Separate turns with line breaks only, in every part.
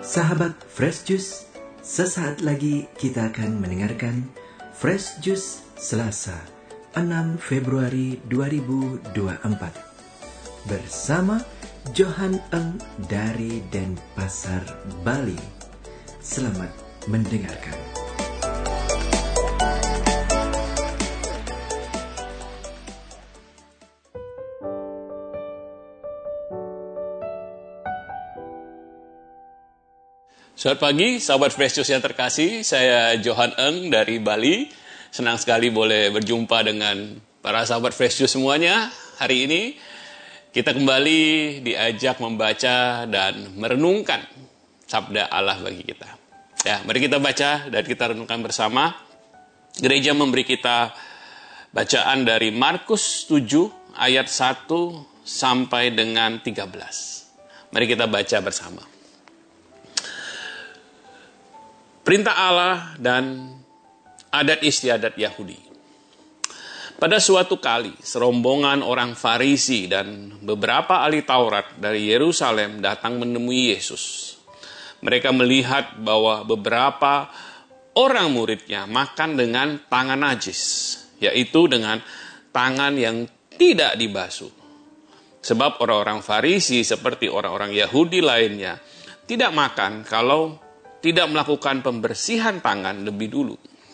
Sahabat Fresh Juice, sesaat lagi kita akan mendengarkan Fresh Juice Selasa 6 Februari 2024 bersama Johan Eng dari Denpasar, Bali. Selamat mendengarkan.
Selamat pagi, sahabat Fresh Juice yang terkasih. Saya Johan Eng dari Bali. Senang sekali boleh berjumpa dengan para sahabat Fresh Juice semuanya. Hari ini kita kembali diajak membaca dan merenungkan sabda Allah bagi kita. Ya, mari kita baca dan kita renungkan bersama. Gereja memberi kita bacaan dari Markus 7 ayat 1 sampai dengan 13. Mari kita baca bersama. Perintah Allah dan adat istiadat Yahudi. Pada suatu kali, serombongan orang Farisi dan beberapa ahli Taurat dari Yerusalem datang menemui Yesus. Mereka melihat bahwa beberapa orang muridnya makan dengan tangan najis, yaitu dengan tangan yang tidak dibasuh. Sebab orang-orang Farisi seperti orang-orang Yahudi lainnya tidak makan kalau tidak melakukan pembersihan tangan lebih dulu.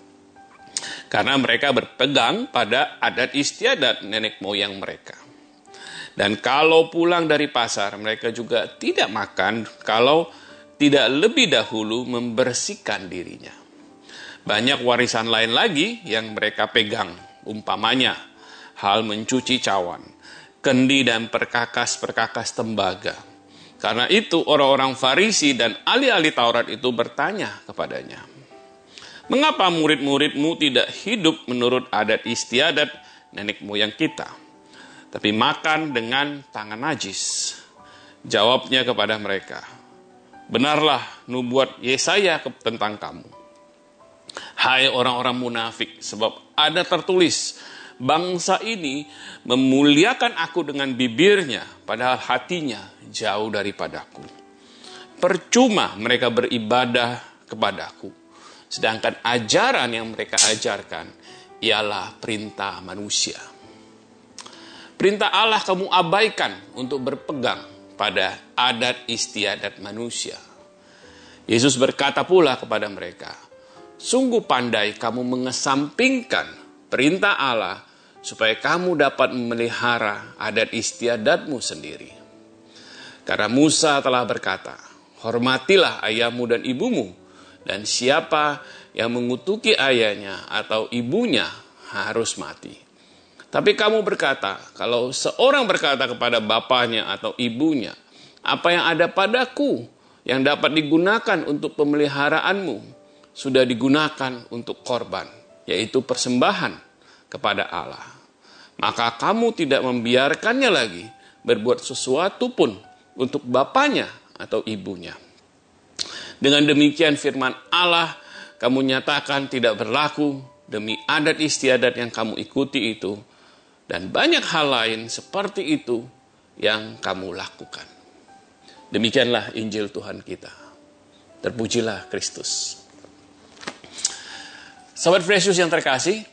Karena mereka berpegang pada adat istiadat nenek moyang mereka. Dan kalau pulang dari pasar, mereka juga tidak makan kalau tidak lebih dahulu membersihkan dirinya. Banyak warisan lain lagi yang mereka pegang, umpamanya hal mencuci cawan, kendi dan perkakas-perkakas tembaga. Karena itu orang-orang Farisi dan ahli-ahli Taurat itu bertanya kepadanya, "Mengapa murid-muridmu tidak hidup menurut adat istiadat nenek moyang kita, tapi makan dengan tangan najis?" Jawabnya kepada mereka, "Benarlah nubuat Yesaya tentang kamu. Hai orang-orang munafik, sebab ada tertulis, bangsa ini memuliakan aku dengan bibirnya, padahal hatinya jauh daripadaku. Percuma mereka beribadah kepadaku, sedangkan ajaran yang mereka ajarkan ialah perintah manusia." Perintah Allah kamu abaikan untuk berpegang pada adat istiadat manusia. Yesus berkata pula kepada mereka, "Sungguh pandai kamu mengesampingkan perintah Allah supaya kamu dapat memelihara adat istiadatmu sendiri. Karena Musa telah berkata, hormatilah ayahmu dan ibumu, dan siapa yang mengutuki ayahnya atau ibunya harus mati. Tapi kamu berkata, kalau seorang berkata kepada bapaknya atau ibunya, apa yang ada padaku yang dapat digunakan untuk pemeliharaanmu, sudah digunakan untuk korban, yaitu persembahan kepada Allah. Maka kamu tidak membiarkannya lagi berbuat sesuatu pun untuk bapaknya atau ibunya. Dengan demikian firman Allah kamu nyatakan tidak berlaku demi adat istiadat yang kamu ikuti itu, dan banyak hal lain seperti itu yang kamu lakukan." Demikianlah Injil Tuhan kita. Terpujilah Kristus. Sahabat Fresh Juice yang terkasih,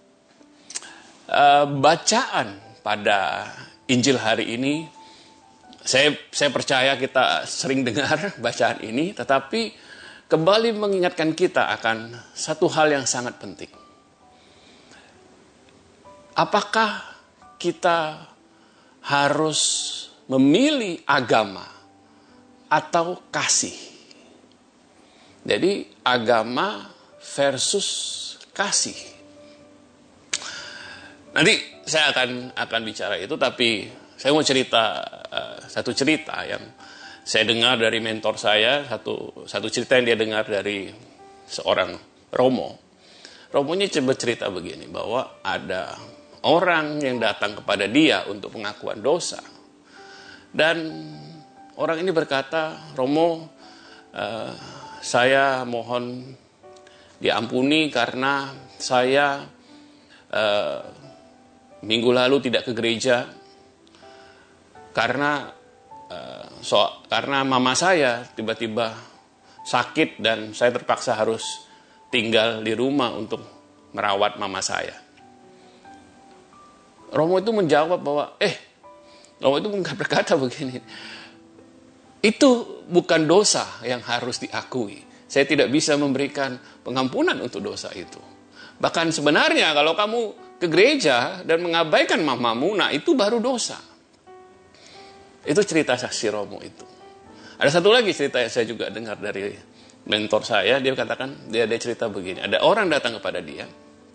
bacaan pada Injil hari ini, saya percaya kita sering dengar bacaan ini, tetapi kembali mengingatkan kita akan satu hal yang sangat penting. Apakah kita harus memilih agama atau kasih? Jadi agama versus kasih. Nanti saya akan bicara itu, tapi saya mau cerita satu cerita yang saya dengar dari mentor saya, satu cerita yang dia dengar dari seorang Romo. Romonya coba cerita begini, bahwa ada orang yang datang kepada dia untuk pengakuan dosa. Dan orang ini berkata, "Romo, saya mohon diampuni karena saya minggu lalu tidak ke gereja karena mama saya tiba-tiba sakit dan saya terpaksa harus tinggal di rumah untuk merawat mama saya. Romo itu menjawab bahwa, Romo itu berkata begini, itu bukan dosa yang harus diakui. Saya tidak bisa memberikan pengampunan untuk dosa itu. Bahkan sebenarnya kalau kamu ke gereja dan mengabaikan mamamu, nah itu baru dosa. Itu cerita saksi Romo itu. Ada satu lagi cerita yang saya juga dengar dari mentor saya. Dia katakan, dia cerita begini. Ada orang datang kepada dia.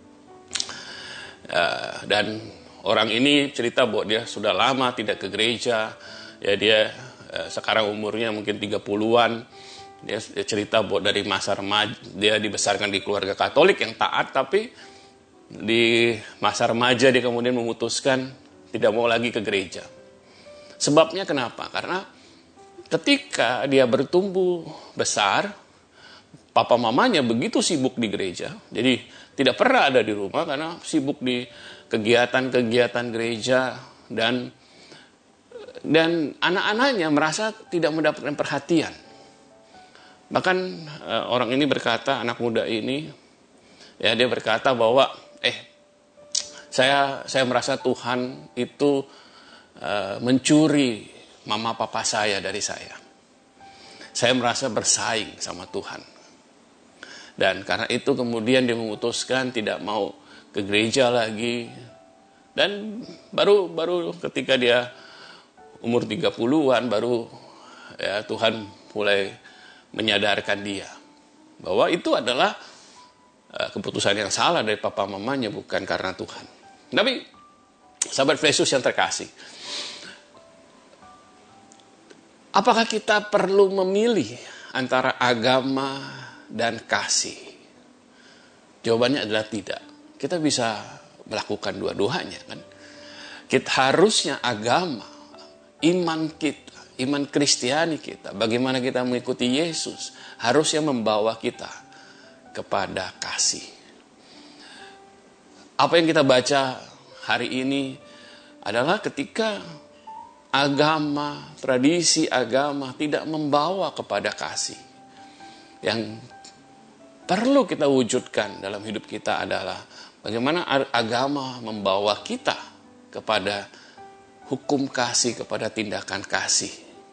Dan orang ini cerita bahwa dia sudah lama tidak ke gereja. Ya dia sekarang umurnya mungkin 30-an. Dia cerita bahwa dari masa remaja dia dibesarkan di keluarga Katolik yang taat, tapi di masa remaja dia kemudian memutuskan tidak mau lagi ke gereja. Sebabnya kenapa? Karena ketika dia bertumbuh besar, papa mamanya begitu sibuk di gereja, jadi tidak pernah ada di rumah karena sibuk di kegiatan-kegiatan gereja, dan anak-anaknya merasa tidak mendapatkan perhatian. Bahkan orang ini berkata, anak muda ini, ya dia berkata bahwa saya merasa Tuhan itu mencuri mama papa saya dari saya. Saya merasa bersaing sama Tuhan. Dan karena itu kemudian dia memutuskan tidak mau ke gereja lagi. Dan baru ketika dia umur 30-an baru ya Tuhan mulai menyadarkan dia bahwa itu adalah keputusan yang salah dari papa mamanya, bukan karena Tuhan. Tapi sahabat Yesus yang terkasih, apakah kita perlu memilih antara agama dan kasih? Jawabannya adalah tidak. Kita bisa melakukan dua-duanya, kan? Kita harusnya agama, iman kita, iman Kristiani kita, bagaimana kita mengikuti Yesus, harusnya membawa kita kepada kasih. Apa yang kita baca hari ini adalah ketika agama, tradisi agama tidak membawa kepada kasih. Yang perlu kita wujudkan dalam hidup kita adalah bagaimana agama membawa kita kepada hukum kasih, kepada tindakan kasih.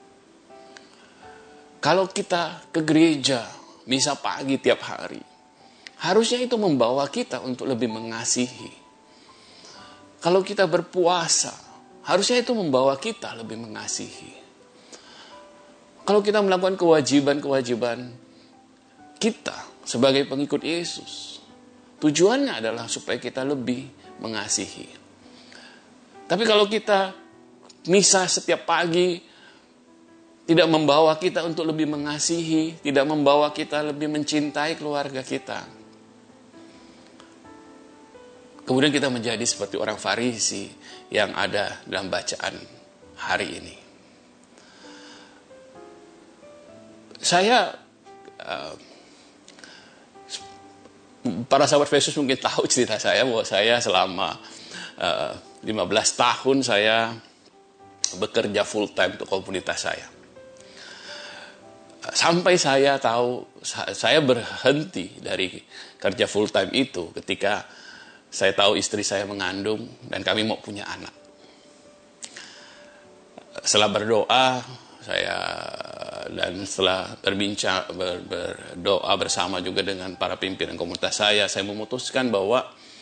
Kalau kita ke gereja, misa pagi tiap hari, harusnya itu membawa kita untuk lebih mengasihi. Kalau kita berpuasa, harusnya itu membawa kita lebih mengasihi. Kalau kita melakukan kewajiban-kewajiban kita sebagai pengikut Yesus, tujuannya adalah supaya kita lebih mengasihi. Tapi kalau kita misa setiap pagi tidak membawa kita untuk lebih mengasihi, tidak membawa kita lebih mencintai keluarga kita, kemudian kita menjadi seperti orang Farisi yang ada dalam bacaan hari ini. Para sahabat Yesus mungkin tahu cerita saya bahwa saya selama 15 tahun saya bekerja full time untuk komunitas saya. Sampai saya tahu saya berhenti dari kerja full time itu ketika saya tahu istri saya mengandung dan kami mau punya anak. Setelah berdoa dan setelah berdoa bersama juga dengan para pimpinan komunitas saya memutuskan bahwa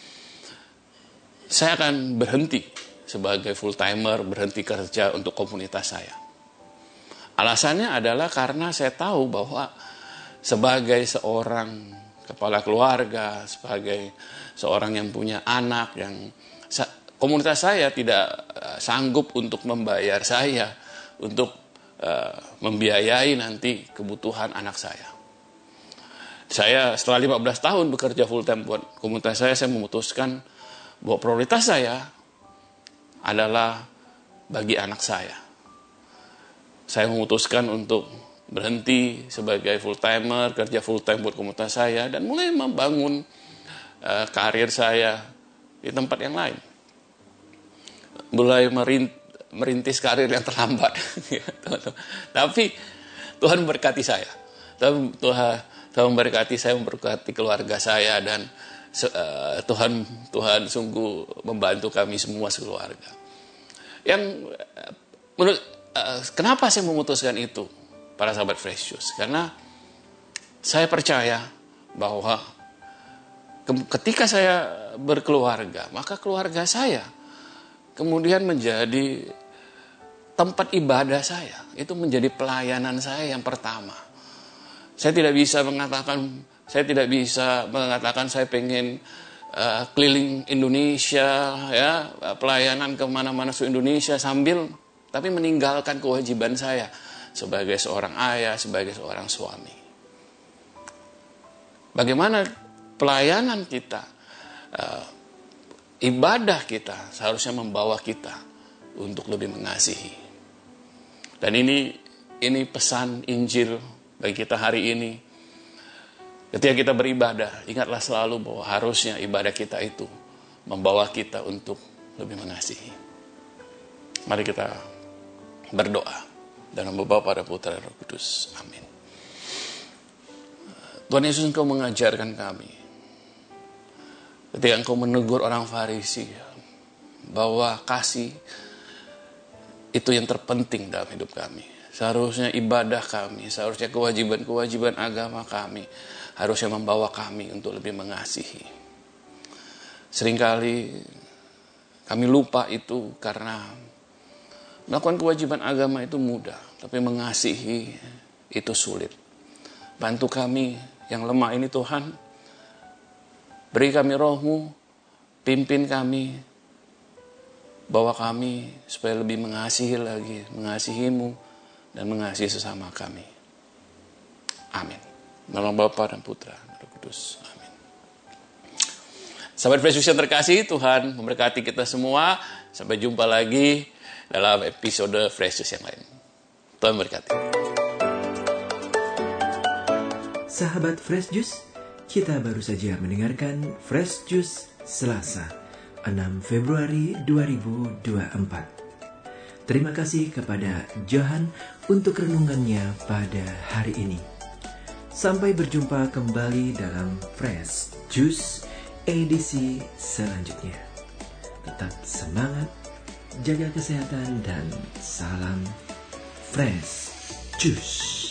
saya akan berhenti sebagai full timer, berhenti kerja untuk komunitas saya. Alasannya adalah karena saya tahu bahwa sebagai seorang kepala keluarga, sebagai seorang yang punya anak, komunitas saya tidak sanggup untuk membayar saya untuk membiayai nanti kebutuhan anak saya. Saya setelah 15 tahun bekerja full time buat komunitas saya memutuskan bahwa prioritas saya adalah bagi anak saya. Saya memutuskan untuk berhenti sebagai full timer, kerja full time buat komunitas saya, dan mulai membangun karir saya di tempat yang lain. Mulai merintis karir yang terlambat. Tapi Tuhan memberkati saya. Tuhan memberkati saya, memberkati keluarga saya, dan Tuhan sungguh membantu kami semua sekeluarga. Kenapa saya memutuskan itu, para sahabat Fresh Juice? Karena saya percaya bahwa ketika saya berkeluarga, maka keluarga saya kemudian menjadi tempat ibadah saya. Itu menjadi pelayanan saya yang pertama. Saya tidak bisa mengatakan saya pengen keliling Indonesia, ya, pelayanan kemana-mana seluruh Indonesia tapi meninggalkan kewajiban saya sebagai seorang ayah, sebagai seorang suami. Bagaimana pelayanan kita, ibadah kita seharusnya membawa kita untuk lebih mengasihi. Dan ini pesan Injil bagi kita hari ini. Ketika kita beribadah, ingatlah selalu bahwa harusnya ibadah kita itu membawa kita untuk lebih mengasihi. Mari kita berdoa dan membawa pada Putra Roh Kudus. Amin. Tuhan Yesus, Engkau mengajarkan kami ketika Engkau menegur orang Farisi bahwa kasih itu yang terpenting dalam hidup kami. Seharusnya ibadah kami, seharusnya kewajiban-kewajiban agama kami harusnya membawa kami untuk lebih mengasihi. Seringkali kami lupa itu karena melakukan kewajiban agama itu mudah, tapi mengasihi itu sulit. Bantu kami yang lemah ini Tuhan. Beri kami Roh-Mu, pimpin kami, bawa kami supaya lebih mengasihi lagi, mengasihi-Mu dan mengasihi sesama kami. Amin. Dalam Bapa dan Putra dan Roh Kudus. Amin. Sahabat Fresh Juice yang terkasih, Tuhan memberkati kita semua. Sampai jumpa lagi dalam episode Fresh Juice yang lain. Tuhan memberkati.
Sahabat Fresh Juice, kita baru saja mendengarkan Fresh Juice Selasa, 6 Februari 2024. Terima kasih kepada Johan untuk renungannya pada hari ini. Sampai berjumpa kembali dalam Fresh Juice edisi selanjutnya. Tetap semangat, jaga kesehatan, dan salam Fresh Juice.